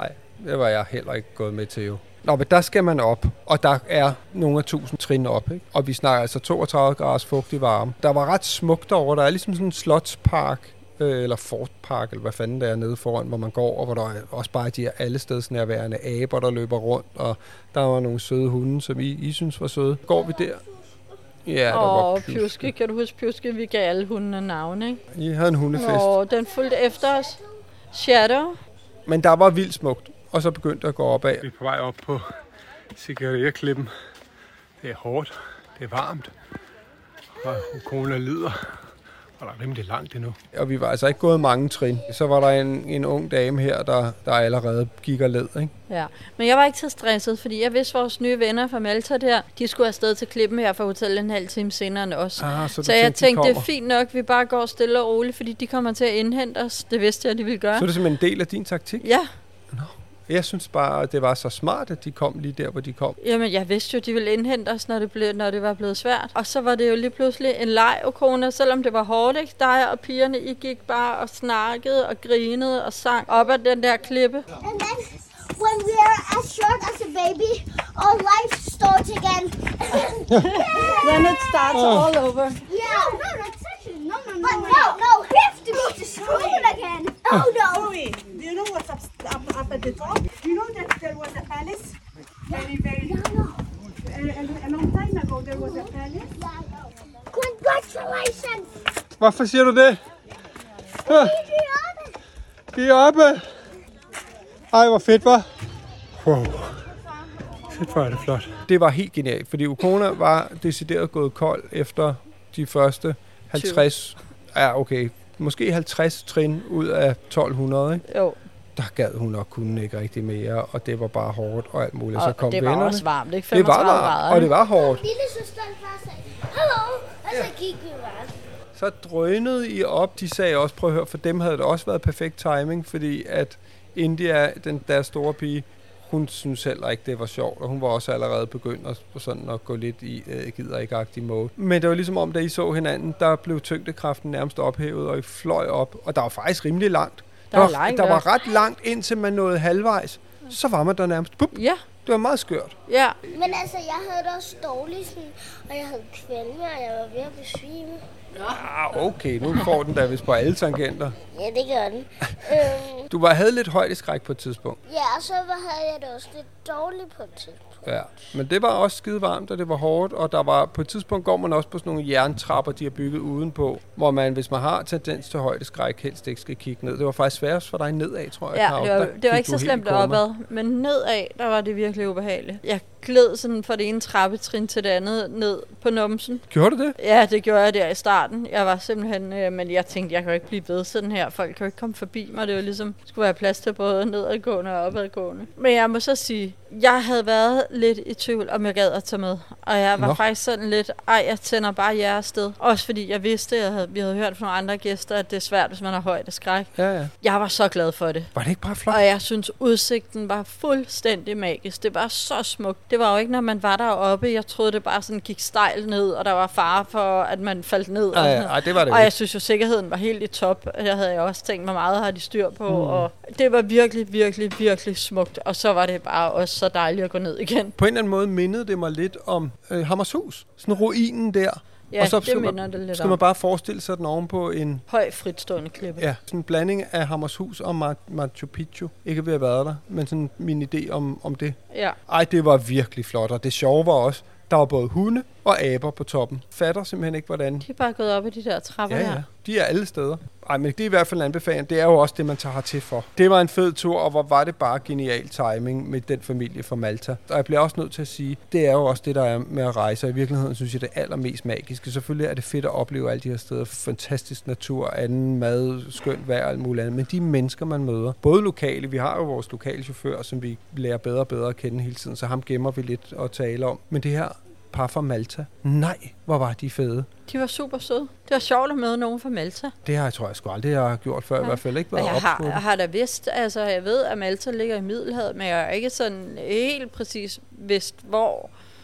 S1: Det var jeg heller ikke gået med til jo. Nå, men der skal man op, og der er nogle af 1000 trin op, ikke? Og vi snakker altså 32 graders fugtig varme. Der var ret smukt derovre. Der er ligesom sådan en slotspark, eller fortpark, eller hvad fanden der er nede foran, hvor man går, og hvor der også bare de her allestedsnærværende aber, der løber rundt, og der var nogle søde hunde, som I synes var søde. Går vi der? Ja, der var
S4: Pjuske. Kan du huske Pjuske? Vi gav alle hundene navn, ikke?
S1: I havde en hundefest.
S4: Den fulgte efter os. Shadow.
S1: Men der var vildt smukt, og så begyndte det at gå opad. Vi er på vej op på Sigariaklippen. Det er hårdt, det er varmt, og corona lider. Og der er rimelig langt endnu. Og vi var altså ikke gået mange trin. Så var der en ung dame her, der allerede gik og led, ikke?
S4: Ja, men jeg var ikke så stresset, fordi jeg vidste, vores nye venner fra Malta der, de skulle afsted til klippen her fra hotellet en halv time senere end os. Så jeg tænkte, det er fint nok, vi bare går stille og roligt, fordi de kommer til at indhente os. Det vidste jeg, de ville gøre.
S1: Så er det simpelthen en del af din taktik?
S4: Ja.
S1: Nå. Jeg synes bare, at det var så smart, at de kom lige der, hvor de kom.
S4: Jamen, jeg vidste jo, at de ville indhente os, når det var blevet svært. Og så var det jo lige pludselig en leg, Okona, selvom det var hårdt, ikke? Dig og pigerne, I gik bare og snakkede og grinede og sang op ad den der klippe.
S3: And then, when we are as short as a baby, our life starts again.
S4: Then it starts all over.
S3: Yeah. No, that's actually, no. No, we have to go to school again. Oh, no.
S5: Chloe, do you know what's up at the top? You know that there was a palace? A long time ago there was a palace.
S3: Congratulations.
S1: Hvorfor siger du det? Vi er oppe. Ej, hvor fedt, var. Wow. Fedt, var det flot. Det var helt genialt, fordi Okona var decideret gået kold efter de første 50, måske 50 trin ud af 1200, ikke?
S4: Jo.
S1: Der gad hun nok kunne ikke rigtig mere, og det var bare hårdt og alt muligt.
S4: Og
S1: så kom
S4: det var
S1: vennerne.
S4: også varmt, ikke?
S1: Det var varmt, og det var hårdt.
S3: Lille søsteren bare sagde, hallo, og så gik vi bare.
S1: Så drønede I op. De sagde også, prøv at høre, for dem havde det også været perfekt timing, fordi at India, der store pige, hun synes heller ikke, det var sjovt, og hun var også allerede begyndt at gå lidt i gider ikke-agtig mode. Men det var ligesom om, da I så hinanden, der blev tyngdekraften nærmest ophævet, og I fløj op, og der var faktisk rimelig langt. Der var ret langt, indtil man nåede halvvejs. Så var man der nærmest. Bup.
S4: Ja.
S1: Det var meget skørt.
S4: Ja.
S3: Men altså, jeg havde det også dårligt, sådan, og jeg havde kvalme, og jeg var ved at besvime.
S1: Okay, nu får den da vist på alle tangenter.
S3: Ja, det gør den.
S1: Du havde lidt højdeskræk på et tidspunkt.
S3: Ja, og så havde jeg det også lidt dårligt på et tidspunkt.
S1: Ja, men det var også skide varmt, og det var hårdt, og der var på et tidspunkt går man også på sådan nogle jerntrapper, de har bygget udenpå, hvor man, hvis man har tendens til højdeskræk, helst ikke skal kigge ned. Det var faktisk sværest for dig nedad, tror jeg.
S4: Ja, det var ikke så slemt opad, men nedad, der var det virkelig ubehageligt. Jeg gled sådan fra det ene trappetrin til det andet ned på numsen.
S1: Gjorde du det?
S4: Ja, det gjorde jeg der i starten. Jeg var simpelthen, men jeg tænkte, jeg kan jo ikke blive ved sådan her. Folk kan jo ikke komme forbi mig. Det var ligesom, skulle være plads til både nedadgående og opadgående. Men jeg må så sige, jeg havde været lidt i tvivl, om jeg gad at tage med. Og jeg var faktisk sådan lidt, jeg tænder bare jer afsted. Også fordi jeg vidste, vi havde hørt fra nogle andre gæster, at det er svært, hvis man har højdeskræk.
S1: Ja.
S4: Jeg var så glad for det.
S1: Var det ikke bare flot?
S4: Og jeg synes, udsigten var fuldstændig magisk. Det var så smukt. Det var jo ikke, når man var deroppe. Jeg troede, det bare sådan gik stejlt ned, og der var fare for, at man faldt ned.
S1: Ja, det var det.
S4: Og jeg synes jo, sikkerheden var helt i top. Jeg havde jo også tænkt, hvor meget har de styr på. Og det var virkelig, virkelig, virkelig smukt. Og så var det bare også så dejligt at gå ned igen.
S1: På en eller anden måde mindede det mig lidt om Hammershus. Sådan ruinen der.
S4: Ja,
S1: og så
S4: det minder det lidt
S1: skal man bare forestille sig den ovenpå en
S4: høj fritstående klippe.
S1: Ja, sådan en blanding af Hammershus og Machu Picchu. Ikke ved at være der, men sådan min idé om det.
S4: Ja.
S1: Ej, det var virkelig flot, og det sjove var også, der var både hunde og aber på toppen. Fatter simpelthen ikke, hvordan.
S4: De er bare gået op i de der trapper her.
S1: Ja, de er alle steder. Ej, men det er i hvert fald en anbefaling. Det er jo også det, man tager hertil for. Det var en fed tur, og hvor var det bare genial timing med den familie fra Malta. Og jeg bliver også nødt til at sige, det er jo også det, der er med at rejse. Og i virkeligheden synes jeg, det er allermest magiske. Selvfølgelig er det fedt at opleve alle de her steder. Fantastisk natur, anden mad, skønt vejr og alt muligt andet. Men de mennesker, man møder, både lokale, vi har jo vores lokale chauffør, som vi lærer bedre og bedre at kende hele tiden, så ham gemmer vi lidt at tale om. Men det her par fra Malta, nej, hvor var de fede.
S4: De var super søde. Det var sjovt at møde nogen fra Malta.
S1: Det har jeg, tror jeg sgu aldrig, jeg har gjort før. I hvert fald ikke været
S4: jeg har da vidst, altså jeg ved, at Malta ligger i Middelhavet, men jeg har ikke sådan helt præcis vidst, hvor.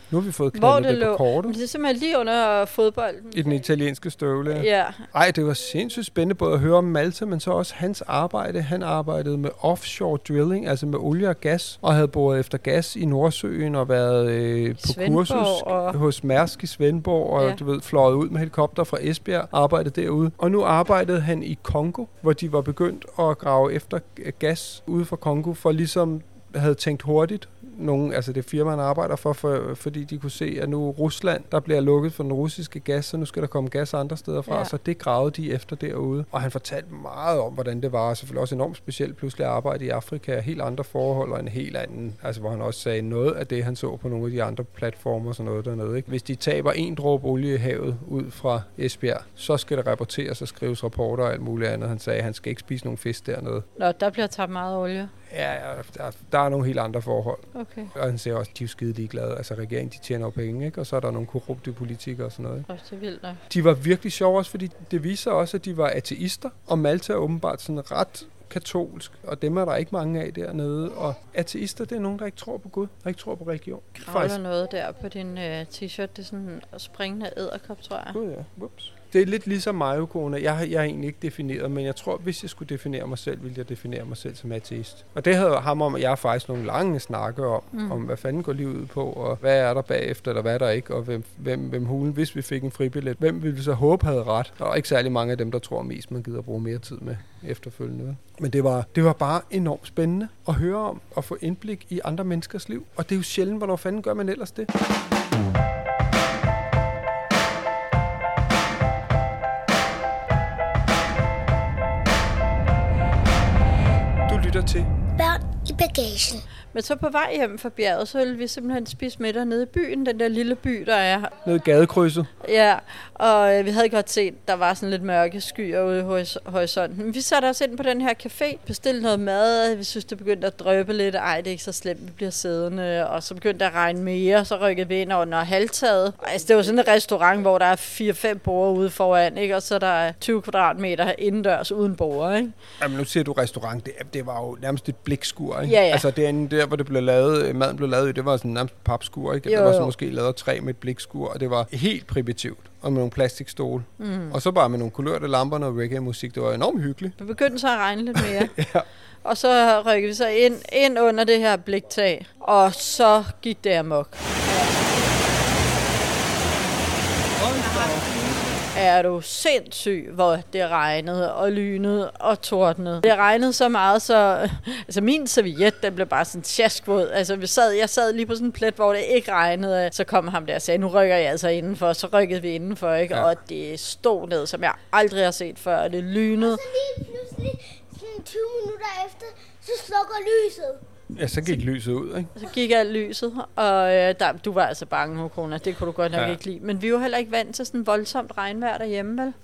S1: Nu har vi fået knaldet det på kortet.
S4: Det er simpelthen lige under fodbolden.
S1: I den italienske støvle.
S4: Ja.
S1: Ej, det var sindssygt spændende både at høre om Malte, men så også hans arbejde. Han arbejdede med offshore drilling, altså med olie og gas, og havde boret efter gas i Nordsøen og været på kursus hos Mærsk i Svendborg, og du ved, fløjet ud med helikopter fra Esbjerg, arbejdede derude. Og nu arbejdede han i Kongo, hvor de var begyndt at grave efter gas ude fra Kongo, for ligesom havde tænkt hurtigt. Altså det firma, han arbejder for, fordi de kunne se, at nu Rusland, der bliver lukket for den russiske gas, så nu skal der komme gas andre steder fra, så det gravede de efter derude. Og han fortalte meget om, hvordan det var, og selvfølgelig også enormt specielt pludselig at arbejde i Afrika, helt andre forhold og en helt anden, altså hvor han også sagde noget af det, han så på nogle af de andre platformer og sådan noget dernede. Ikke? Hvis de taber en dråbe olie i havet ud fra Esbjerg, så skal der rapporteres og skrives rapporter og alt muligt andet. Han sagde, at han skal ikke spise nogen fisk dernede.
S4: Nå, der bliver tabt meget olie.
S1: Ja, der er nogle helt andre forhold.
S4: Okay.
S1: Og han siger også, at de er skide ligeglade. Altså regeringen, de tjener jo penge, ikke? Og så er der nogle korrupte politikere og sådan noget.
S4: Det er vildt nok.
S1: De var virkelig sjove også, fordi det viser også, at de var ateister. Og Malte er åbenbart sådan ret katolsk, og dem er der ikke mange af dernede. Og ateister, det er nogen, der ikke tror på Gud, der ikke tror på religion.
S4: Kravler noget der på din t-shirt, det er sådan springende edderkop, tror jeg.
S1: Gud ja, whoops. Det er lidt ligesom mig, Kona. Jeg har egentlig ikke defineret, men jeg tror, hvis jeg skulle definere mig selv, ville jeg definere mig selv som ateist. Og det havde ham om, at jeg har faktisk nogle lange snakke om, hvad fanden går livet ud på, og hvad er der bagefter, eller hvad er der ikke, og hvem hulen, hvis vi fik en fribillet, hvem ville vi så håbe havde ret? Der er ikke særlig mange af dem, der tror mest, man gider bruge mere tid med efterfølgende. Men det var bare enormt spændende at høre om, og få indblik i andre menneskers liv. Og det er jo sjældent, hvornår fanden gør man ellers det? Lytter til
S3: Børn i bagagen.
S4: Men så på vej hjem fra bjerget, så ville vi simpelthen spise middag nede i byen, den der lille by, der er.
S1: Nede i gadekrydset.
S4: Ja, og vi havde godt set, der var sådan lidt mørke skyer ude i horisonten. Men vi satte os ind på den her café, bestilte noget mad, vi synes, det begyndte at drøbe lidt. Ej, det er ikke så slemt, vi bliver siddende. Og så begyndte det at regne mere, så rykkede vi ind under halvtaget. Altså, det var sådan en restaurant, hvor der er 4-5 borde ude foran, ikke? Og så der er 20 kvadratmeter indendørs uden borde, ikke?
S1: Jamen, nu siger du restaurant, det var jo nærmest et blikskur, ikke?
S4: Ja.
S1: Altså, der, hvor det blev lavet, maden blev lavet i, det var sådan nærmest et papskur, ikke? Det var så måske lavet træ med et blikskur, og det var helt primitivt. Og med nogle plastikstole. Og så bare med nogle kulørte lamper og reggae-musik. Det var enormt hyggeligt.
S4: Det begyndte så at regne lidt mere.
S1: Ja.
S4: Og så rykkede vi så ind under det her bliktag. Og så gik det amok. Er du sindssyg, hvor det regnede og lynede og tordnede. Det regnede så meget, så altså min serviet, den blev bare sådan tjaskvåd. Altså jeg sad lige på sådan en plet, hvor det ikke regnede. Så kom ham der og sagde, nu rykker jeg altså indenfor. Så rykkede vi indenfor, ikke? Ja. Og det stod ned, som jeg aldrig har set før. Det lynede.
S3: Og så lige pludselig, sådan 20 minutter efter, så slukker lyset.
S1: Ja, så gik lyset ud, ikke?
S4: Så gik alt lyset, og du var altså bange, Hokona. Det kunne du godt nok ikke lide. Men vi er jo heller ikke vant til sådan voldsomt regnvejr derhjemme, vel?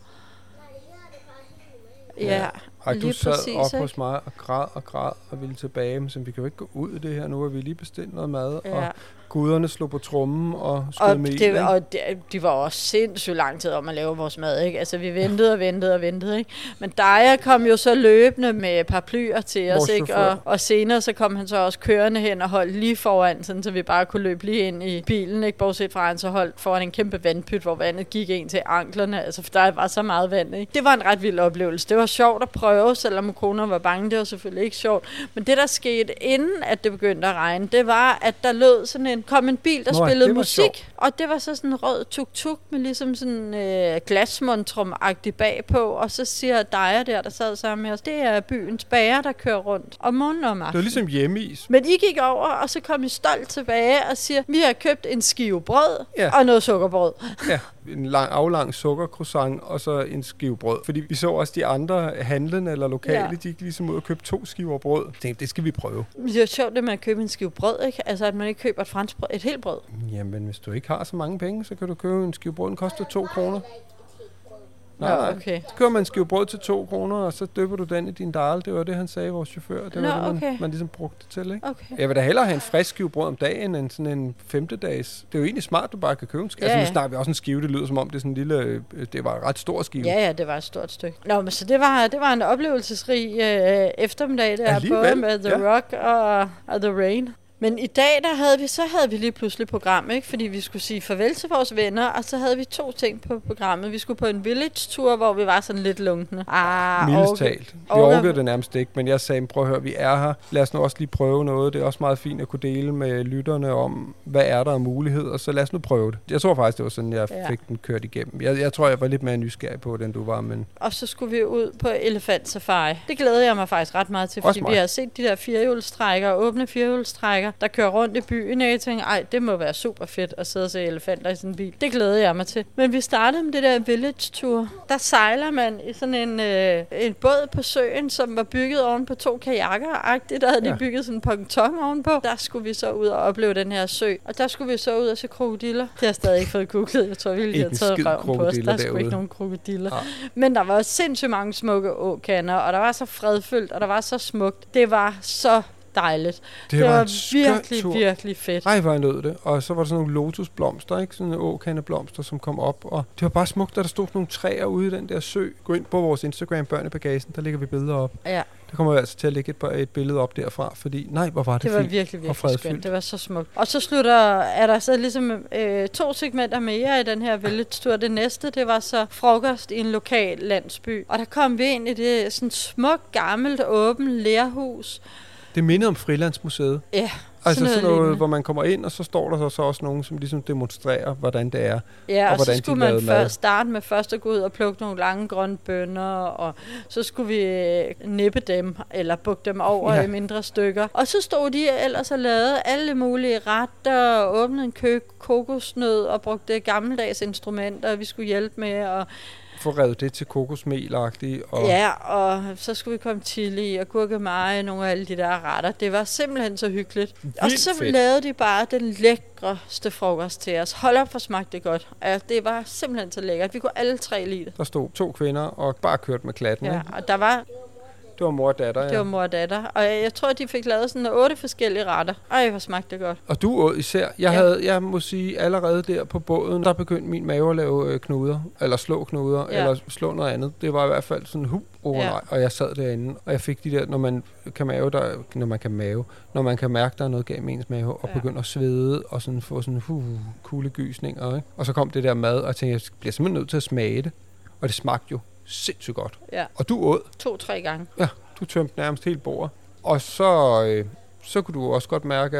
S4: Ja,
S1: Ej, du sad
S4: præcis,
S1: op
S4: ikke?
S1: hos mig og græd og ville tilbage, men vi kan jo ikke gå ud i det her nu, og vi lige bestilt noget mad, og guderne slog på trommen og skød med ild.
S4: Og de var også sindssygt lang tid om at lave vores mad, ikke? Altså, vi ventede, ikke? Men Daja kom jo så løbende med paraplyer til os, ikke? Og senere så kom han så også kørende hen og holdt lige foran, sådan, så vi bare kunne løbe lige ind i bilen, ikke? Bortset fra, han så holdt foran en kæmpe vandpyt, hvor vandet gik ind til anklerne, altså, for der var så meget vand, ikke? Det var en ret vild oplevelse. Det var sjovt at prøve, selvom koner var bange. Det var selvfølgelig ikke sjovt. Men det, der skete, inden at det begyndte at regne, det var, at der lød sådan kom en bil, der spillede musik, sjovt. Og det var så sådan en rød tuk-tuk med ligesom sådan glasmontrum-agtig bagpå, og så siger Daja der sad sammen med os, det er byens bager, der kører rundt om morgenen og om aftenen.
S1: Det var ligesom hjemmeis.
S4: Men I gik over, og så kom I stolt tilbage og siger, vi har købt en skive brød og noget sukkerbrød. Ja,
S1: en aflang sukkercroissant og så en skive brød. Fordi vi så også de andre handlende eller lokale, de gik ligesom ud og købte 2 skiver brød. Jeg tænkte, det skal vi prøve.
S4: Det er sjovt, det med at købe en skive brød, ikke? Altså, at man ikke køber et franskbrød, et helt brød.
S1: Jamen, hvis du ikke har så mange penge, så kan du købe en skive brød, den koster 2 kroner.
S4: Nej, okay.
S1: Så køber man en skive brød til 2 kroner, og så dypper du den i din dal. Det var det, han sagde, vores chauffør. Det var det, man ligesom brugte det til, ikke?
S4: Okay.
S1: Jeg vil da hellere have en frisk skive brød om dagen, end sådan en 5-dages. Det er jo egentlig smart, du bare kan købe en skive. Altså, nu snakker vi også en skive, det lyder som om, det er sådan en lille, det var en ret stor skive.
S4: Ja, det var et stort stykke. Nå, men så det var en oplevelsesrig eftermiddag der, både med The Rock og The Rain. Men i dag, havde vi lige pludselig program, ikke? Fordi vi skulle sige farvel til vores venner, og så havde vi 2 ting på programmet. Vi skulle på en village-tur, hvor vi var sådan lidt lunkne.
S1: Mildest talt. Vi orkede det nærmest ikke, men jeg sagde, prøv at høre, vi er her. Lad os nu også lige prøve noget. Det er også meget fint at kunne dele med lytterne om, hvad er der af muligheder, så lad os nu prøve det. Jeg tror faktisk, det var sådan, jeg fik den kørt igennem. Jeg tror, jeg var lidt mere nysgerrig på det, end du var, men...
S4: Og så skulle vi ud på elefant safari. Det glæder jeg mig faktisk ret meget til, fordi vi har set de der firehjulstrækker, åbne firehjulstrækker, der kører rundt i byen, og jeg tænkte, det må være super fedt at sidde og se elefanter i sådan en bil. Det glæder jeg mig til. Men vi startede med det der village-tur. Der sejler man i sådan en båd på søen, som var bygget oven på 2 kajakker-agtigt. Der havde de bygget sådan en ponton ovenpå. Der skulle vi så ud og opleve den her sø. Og der skulle vi så ud og se krokodiller. Det har jeg stadig ikke fået googlet. Jeg tror, vi lige har taget røven på os. Der skulle ikke nogen krokodiller. Ja. Men der var sindssygt mange smukke åkander, og der var så fredfyldt, og der var så smukt. Det var så dejligt.
S1: Det var
S4: virkelig, virkelig fedt.
S1: Ej, hvor jeg nød det. Og så var der sådan nogle lotusblomster, ikke? Sådan nogle åkandeblomster, som kom op. Og det var bare smukt, da der stod nogle træer ude i den der sø. Gå ind på vores Instagram, Børn i Bagagen, der lægger vi billeder op.
S4: Ja.
S1: Der kommer vi altså til at lægge et billede op derfra, fordi hvor var det fint.
S4: Det var virkelig, virkelig skønt. Det var så smukt. Og så er der så ligesom 2 segmenter mere i den her village-tur. Det næste, det var så frokost i en lokal landsby. Og der kom vi ind i det sådan smukt, gammelt, åbent lerhus.
S1: Det mindede om Frilandsmuseet.
S4: Ja.
S1: Altså sådan noget, hvor man kommer ind, og så står der så også nogen, som ligesom demonstrerer, hvordan det er.
S4: Ja, og så skulle man starte med først at gå ud og plukke nogle lange grønne bønner, og så skulle vi nippe dem, eller bukke dem over i mindre stykker. Og så stod de ellers og lavede alle mulige retter, og åbnede en kokosnød, og brugte gammeldags instrumenter, vi skulle hjælpe med, og
S1: få revet det til kokosmel-agtigt. Og
S4: ja, og så skulle vi komme chili og gurkemeje, nogle af alle de der retter. Det var simpelthen så hyggeligt. Og så lavede de bare den lækreste frokost til os. Hold op, for smagte det godt. Ja, det var simpelthen så lækkert. Vi kunne alle 3 lide det.
S1: Der stod 2 kvinder og bare kørte med klatten.
S4: Ja, og der var...
S1: Det var mor og datter, ja.
S4: Det var mor og datter. Og jeg tror, de fik lavet sådan 8 forskellige retter. Ej, hvor smagte det godt.
S1: Og du åd især. Jeg må sige, allerede der på båden, der begyndte min mave at lave knuder. Eller slå knuder, eller slå noget andet. Det var i hvert fald sådan, nej. Og jeg sad derinde, og jeg fik de der, når man kan mærke, der er noget galt med ens mave, og begynder at svede, og sådan få sådan kuldegysninger, ikke? Og så kom det der mad, og jeg tænkte, jeg bliver simpelthen nødt til at smage det. Og det smagte jo sindssygt godt. Ja. Og du åd
S4: 2-3 gange.
S1: Ja, du tømte nærmest helt bordet. Og så kunne du også godt mærke, at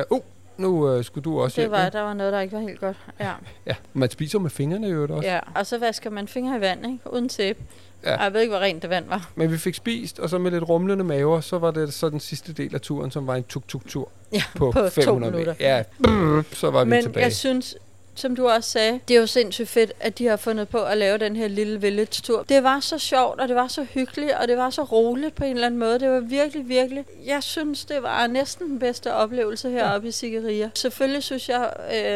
S1: nu skulle du også
S4: der var noget, der ikke var helt godt. Ja,
S1: man spiser med fingrene jo også.
S4: Ja, og så vasker man fingre i vand, ikke? Uden sæbe. Ja. Jeg ved ikke, hvor rent det vand var.
S1: Men vi fik spist, og så med lidt rumlende maver, så var det så den sidste del af turen, som var en tuk-tuk-tur på 500 meter. Ja, så var vi tilbage.
S4: Men jeg synes, som du også sagde, det er jo sindssygt fedt, at de har fundet på at lave den her lille village-tur. Det var så sjovt, og det var så hyggeligt, og det var så roligt på en eller anden måde. Det var virkelig, virkelig... Jeg synes, det var næsten den bedste oplevelse heroppe i Sigiriya. Selvfølgelig synes jeg,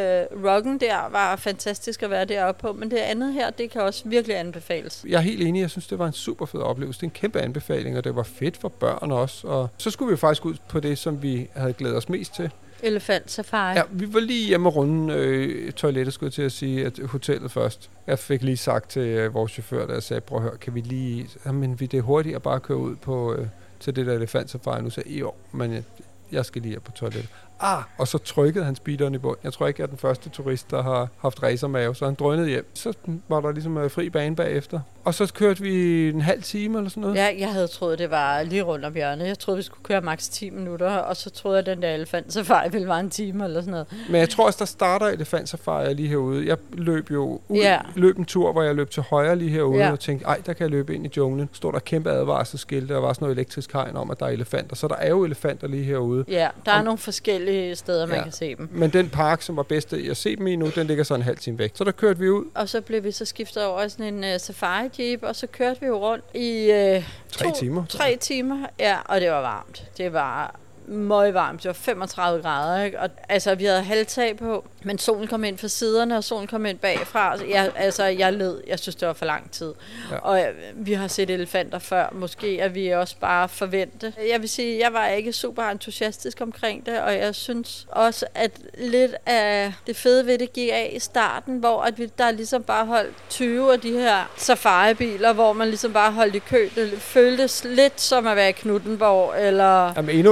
S4: rocken der var fantastisk at være deroppe på, men det andet her, det kan også virkelig anbefales.
S1: Jeg er helt enig, jeg synes, det var en super fed oplevelse. Det er en kæmpe anbefaling, og det var fedt for børn også. Og så skulle vi faktisk ud på det, som vi havde glædet os mest til.
S4: Elefant safari.
S1: Ja, vi var lige hjemme og runde toilettet, skulle jeg til at sige, at hotellet først. Jeg fik lige sagt til vores chauffør, der sagde, prøv at høre, kan vi lige... Jamen, det er hurtigt at bare køre ud på, til det der elefant safari. Nu sagde jo, men jeg skal lige på toilettet. Og så trykkede han speederen i bund. Jeg tror ikke, jeg er den første turist, der har haft racermave, så han drønede hjem. Så var der ligesom fri bane bagefter. Og så kørte vi en halv time eller sådan noget.
S4: Ja, jeg havde troet, det var lige rundt om hjørnet. Jeg troede, vi skulle køre maks 10 minutter, og så troede jeg, at den der elefant safari ville være en time eller sådan noget.
S1: Men jeg tror også, der starter elefant safari lige herude. Jeg løb jo ud, løb en tur, hvor jeg løb til højre lige herude, og tænkte, der kan jeg løbe ind i junglen. Stod der kæmpe advarselsskilte, og var sådan noget elektrisk hegn om, at der er elefanter. Så der er jo elefanter lige herude.
S4: Ja, der er nogle forskellige steder, man kan se dem.
S1: Men den park, som var bedst i at se dem i nu, den ligger så en halv time væk. Så der kørte vi ud.
S4: Og så blev vi så skiftet over i sådan en safari-jeep, og så kørte vi jo rundt i
S1: 3 timer.
S4: 3 timer, ja, og det var varmt. Det var meget varmt. Det var 35 grader, ikke? Og altså, vi havde halvtag på, men solen kom ind fra siderne, og solen kom ind bagfra. Jeg led. Jeg synes, det var for lang tid. Ja. Og vi har set elefanter før. Måske er vi også bare forvente. Jeg vil sige, jeg var ikke super entusiastisk omkring det, og jeg synes også, at lidt af det fede ved det gik af i starten, hvor at der ligesom bare holdt 20 af de her safari-biler, hvor man ligesom bare holdt i kø. Det føltes lidt som at være i Knuthenborg, eller...
S1: Jamen endnu værre. Jeg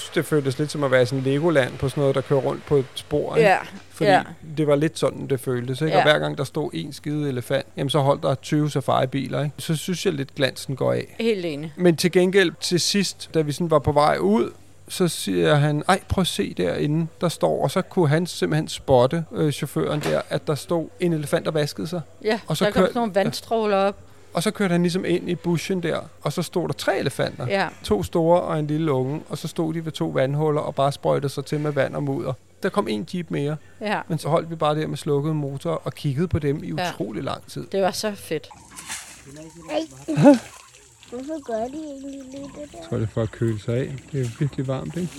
S1: synes, det føltes lidt som at være sådan en Legoland på sådan noget, der kører rundt på et spor. Ikke?
S4: Ja.
S1: Fordi det var lidt sådan, det føltes. Ikke?
S4: Ja.
S1: Og hver gang der stod en skide elefant, jamen så holdt der 20 safari-biler. Ikke? Så synes jeg lidt, glansen går af.
S4: Helt enig.
S1: Men til gengæld til sidst, da vi sådan var på vej ud, så siger han, prøv at se derinde, der står, og så kunne han simpelthen spotte chaufføren der, at der stod en elefant, der vaskede sig.
S4: Ja,
S1: og så
S4: der kom sådan nogle vandstråler op.
S1: Og så kørte han ligesom ind i bushen der, og så stod der 3 elefanter.
S4: Ja.
S1: 2 store og en lille unge, og så stod de ved 2 vandhuller og bare sprøjtede sig til med vand og mudder. Der kom en jeep mere, men så holdt vi bare der med slukket motor og kiggede på dem i utrolig lang tid.
S4: Det var så fedt.
S3: Hvorfor gør de egentlig lige det der?
S1: Jeg tror, det er for at køle sig af. Det er virkelig varmt, ikke?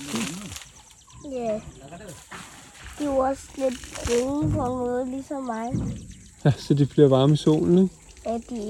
S3: Ja. De er jo også lidt brune på en måde, ligesom mig.
S1: Ja, så de bliver varme i solen, ikke?
S3: Ja, de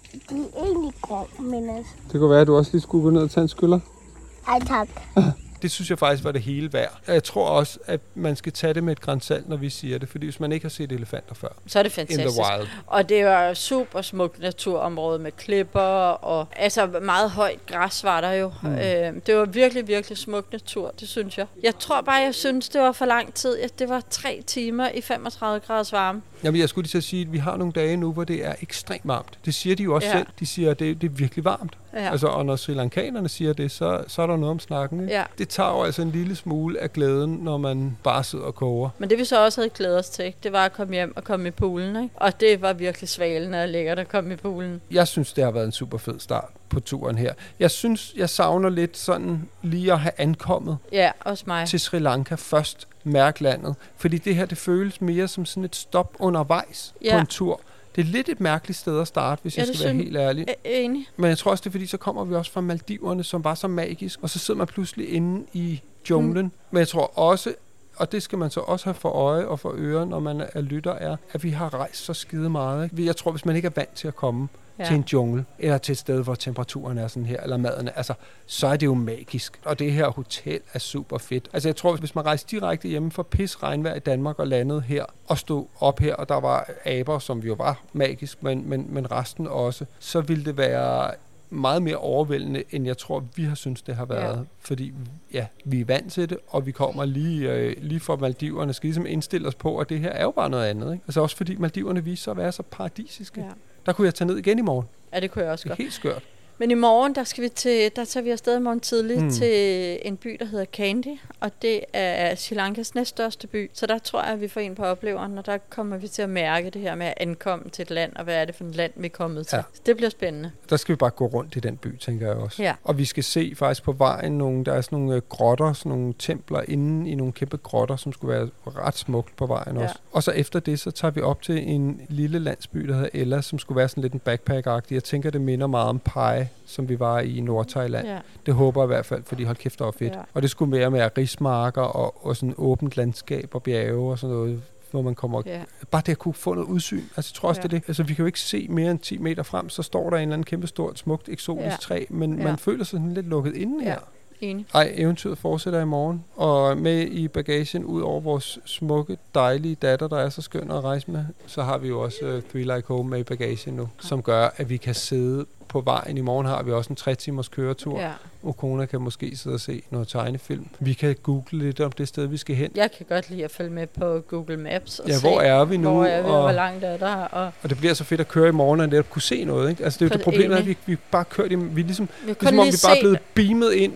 S3: er egentlig grå, men altså...
S1: Det kunne være, at du også lige skulle gå ned og tage en skyller.
S3: Ej, tak.
S1: Det synes jeg faktisk var det hele værd. Jeg tror også, at man skal tage det med et gran salt, når vi siger det, fordi hvis man ikke har set elefanter før.
S4: Så er det fantastisk.
S1: In the wild.
S4: Og det var super smukt naturområde med klipper, og altså meget højt græs var der jo. Det var virkelig, virkelig smuk natur, det synes jeg. Jeg tror bare, jeg synes, det var for lang tid. Det var 3 timer i 35 graders varme.
S1: Jamen, jeg skulle lige så sige, at vi har nogle dage nu, hvor det er ekstremt varmt. Det siger de jo også selv. De siger, at det er virkelig varmt.
S4: Ja.
S1: Altså, og når Sri Lankanerne siger det, så er der noget om snakken. Ikke?
S4: Ja.
S1: Det tager jo altså en lille smule af glæden, når man bare sidder og koger.
S4: Men det vi så også havde glædet os til, det var at komme hjem og komme i poolen. Ikke? Og det var virkelig svalende og lækkert at komme i poolen.
S1: Jeg synes, det har været en super fed start på turen her. Jeg synes, jeg savner lidt sådan lige at have ankommet
S4: også mig.
S1: til Sri Lanka først, mærke landet. Fordi det her, det føles mere som sådan et stop undervejs på en tur. Det er lidt et mærkeligt sted at starte, hvis jeg skal være helt ærlig.
S4: Enig.
S1: Men jeg tror også, det er fordi, så kommer vi også fra Maldiverne, som var så magisk, og så sidder man pludselig inde i junglen. Men jeg tror også, og det skal man så også have for øje og for øre, når man er lytter, er, at vi har rejst så skide meget. Ikke? Jeg tror, hvis man ikke er vant til at komme til en jungle, eller til et sted, hvor temperaturen er sådan her, eller maden, altså, så er det jo magisk. Og det her hotel er super fedt. Altså, jeg tror, hvis man rejste direkte hjemme fra pis regnvejr i Danmark og landede her, og stod op her, og der var aber, som jo var magisk, men resten også, så ville det være meget mere overvældende, end jeg tror, vi har synes det har været. Ja. Fordi vi er vant til det, og vi kommer lige fra Maldiverne, skal ligesom indstille os på, at det her er jo bare noget andet. Ikke? Altså også fordi Maldiverne viser sig at være så paradisiske. Ja. Der kunne jeg tage ned igen i morgen.
S4: Ja, det kunne jeg også
S1: godt. Det er helt skørt.
S4: Men i morgen, der tager vi afsted i morgen tidligt til en by, der hedder Kandy, og det er Sri Lankas næststørste by. Så der tror jeg, at vi får en på opleveren, og der kommer vi til at mærke det her med at ankomme til et land, og hvad er det for et land, vi er kommet til. Ja. Det bliver spændende. Der skal vi bare gå rundt i den by, tænker jeg også. Ja. Og vi skal se faktisk på vejen der er sådan nogle grotter, sådan nogle templer inde i nogle kæmpe grotter, som skulle være ret smukt på vejen også. Og så efter det, så tager vi op til en lille landsby, der hedder Ella, som skulle være sådan lidt en backpack-agtig. Jeg tænker, det minder meget om Pai, som vi var i Nordthailand. Ja. Det håber jeg i hvert fald, fordi hold kæft, det var fedt. Ja. Og det skulle mere med rismarker og sådan åbent landskab og bjerge og sådan noget, hvor man kommer... Ja. Bare det at kunne få noget udsyn. Altså, jeg tror også, det er det. Altså, vi kan jo ikke se mere end 10 meter frem, så står der en eller anden kæmpe stort, smukt, eksotisk træ, men man føler sig sådan lidt lukket inde her. Enig. Eventyret fortsætter i morgen, og med i bagagen, ud over vores smukke, dejlige datter, der er så skøn at rejse med, så har vi jo også Three Like Home med i bagagen nu, som gør, at vi kan sidde på vejen. I morgen har vi også en 3 timers køretur. Ja. Okona kan måske sidde og se noget tegnefilm. Vi kan google lidt om det sted, vi skal hen. Jeg kan godt lide at følge med på Google Maps og se, hvor er vi nu, hvor langt er der. Og det bliver så fedt at køre i morgen, og netop kunne se noget. Ikke? Altså det er jo det problem, at vi bare kørt i... Vi ligesom om vi bare er blevet beamet ind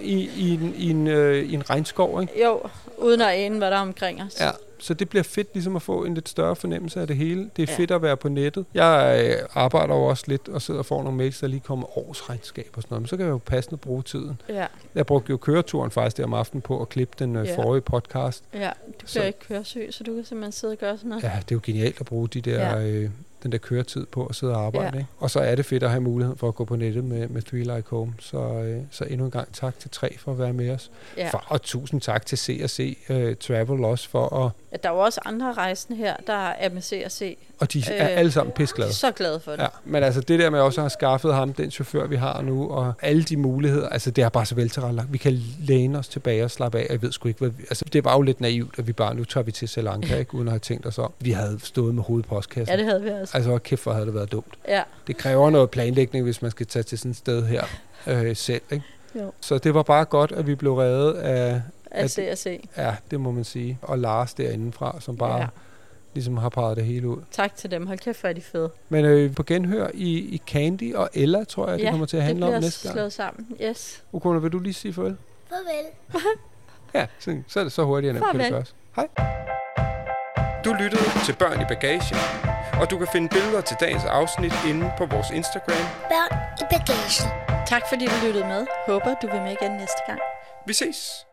S4: i en regnskov. Ikke? Jo, uden at ane, hvad der er omkring os. Ja. Så det bliver fedt ligesom at få en lidt større fornemmelse af det hele. Det er fedt at være på nettet. Jeg arbejder jo også lidt og sidder og får nogle mails, der lige kommer årsregnskab og sådan noget. Men så kan jeg jo passende bruge tiden. Ja. Jeg brugte jo køreturen faktisk der om aftenen på at klippe den forrige podcast. Ja, du bliver ikke køresyg, så du kan simpelthen sidde og gøre sådan noget. Ja, det er jo genialt at bruge den der køretid på at sidde og arbejde. Ikke? Og så er det fedt at have mulighed for at gå på nettet med Three Like Home. Så endnu en gang tak til 3 for at være med os. Ja. Og tusind tak til C&C Travel også for at... Ja, der er jo også andre rejsende her, der er med C&C. Og de er alle sammen pisseglade. Så glade for det. Ja, men altså det der med også at have skaffet ham, den chauffør vi har nu, og alle de muligheder, altså det er bare så veltilrettelagt. Vi kan læne os tilbage og slappe af, og jeg ved sgu ikke, hvad altså det var jo lidt naivt, at vi bare, nu tager vi til Sri Lanka, ikke, uden at have tænkt os om. Vi havde stået med hovedet på postkassen. Ja, det havde vi også. Altså kæft, hvor havde det været dumt. Ja. Det kræver noget planlægning, hvis man skal tage til sådan et sted her selv, ikke? Jo.
S1: Så det var bare godt, at vi blev reddet af
S4: Se.
S1: Ja, det må man sige. Og Lars derindefra, som bare ligesom har peget det hele ud.
S4: Tak til dem. Hold kæft, hvor er de fede.
S1: Men på genhør i Candy og Ella, tror jeg, det kommer til at handle om næste gang.
S4: Ja, det bliver slået sammen. Yes.
S1: Ukona, vil du lige sige farvel?
S3: Farvel.
S1: Ja, så er det så hurtigt, at det kan gøres. Hej. Du lyttede til Børn i Bagagen, og du kan finde billeder til dagens afsnit inde på vores Instagram.
S3: Børn i Bagagen.
S4: Tak fordi du lyttede med. Håber, du vil med igen næste gang.
S1: Vi ses!